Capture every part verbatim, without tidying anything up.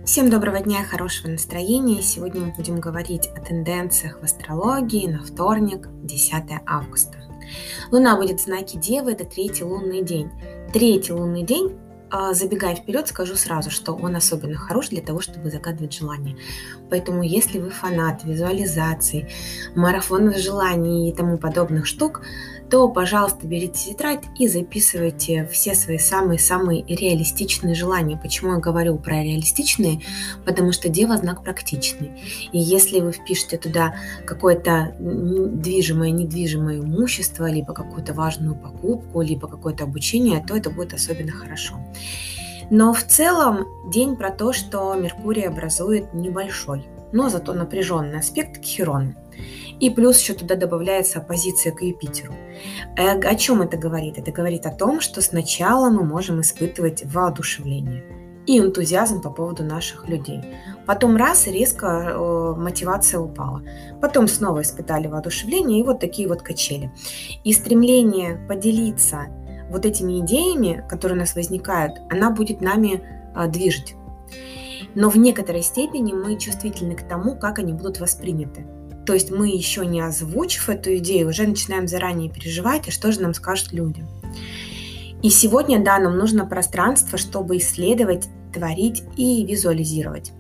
Всем доброго дня и хорошего настроения. Сегодня мы будем говорить о тенденциях в астрологии на вторник, десятое августа. Луна будет в знаке Девы, это третий лунный день. Третий лунный день, забегая вперед, скажу сразу, что он особенно хорош для того, чтобы загадывать желания. Поэтому, если вы фанат визуализаций, марафонов желаний и тому подобных штук, то, пожалуйста, берите тетрадь и записывайте все свои самые-самые реалистичные желания. Почему я говорю про реалистичные? Потому что Дева – знак практичный. И если вы впишете туда какое-то движимое, недвижимое имущество, либо какую-то важную покупку, либо какое-то обучение, то это будет особенно хорошо. Но в целом день про то, что Меркурий образует небольшой, но зато напряженный аспект к Хирону. И плюс еще туда добавляется оппозиция к Юпитеру. О чем это говорит? Это говорит о том, что сначала мы можем испытывать воодушевление и энтузиазм по поводу наших людей. Потом раз и резко э, мотивация упала. Потом снова испытали воодушевление и вот такие вот качели. И стремление поделиться вот этими идеями, которые у нас возникают, она будет нами э, движить. Но в некоторой степени мы чувствительны к тому, как они будут восприняты. То есть мы, еще не озвучив эту идею, уже начинаем заранее переживать, а что же нам скажут люди. И сегодня, да, нам нужно пространство, чтобы исследовать, творить и визуализировать.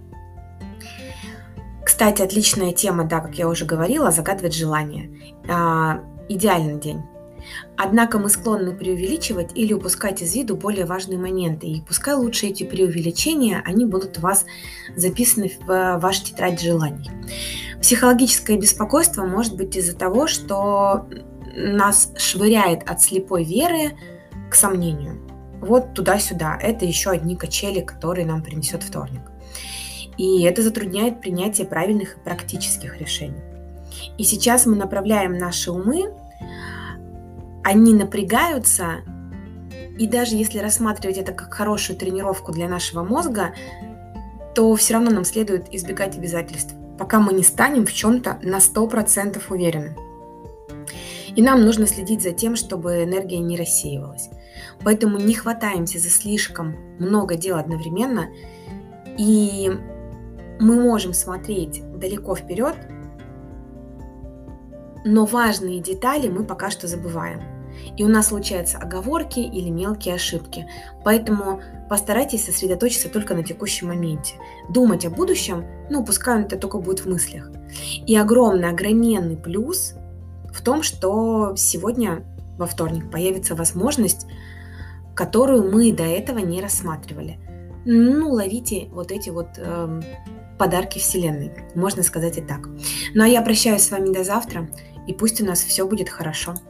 Кстати, отличная тема, да, как я уже говорила, загадывать желания. А, идеальный день. Однако мы склонны преувеличивать или упускать из виду более важные моменты. И пускай лучше эти преувеличения, они будут у вас записаны в вашей тетради желаний. Психологическое беспокойство может быть из-за того, что нас швыряет от слепой веры к сомнению. Вот туда-сюда. Это еще одни качели, которые нам принесет вторник. И это затрудняет принятие правильных и практических решений. И сейчас мы направляем наши умы, они напрягаются, и даже если рассматривать это как хорошую тренировку для нашего мозга, то все равно нам следует избегать обязательств, пока мы не станем в чем-то на сто процентов уверены. И нам нужно следить за тем, чтобы энергия не рассеивалась. Поэтому не хватаемся за слишком много дел одновременно, и мы можем смотреть далеко вперед, но важные детали мы пока что забываем. И у нас случаются оговорки или мелкие ошибки. Поэтому постарайтесь сосредоточиться только на текущем моменте. Думать о будущем, ну, пускай это только будет в мыслях. И огромный, огроменный плюс в том, что сегодня, во вторник, появится возможность, которую мы до этого не рассматривали. Ну, ловите вот эти вот э, подарки Вселенной, можно сказать и так. Ну, а я прощаюсь с вами до завтра, и пусть у нас все будет хорошо.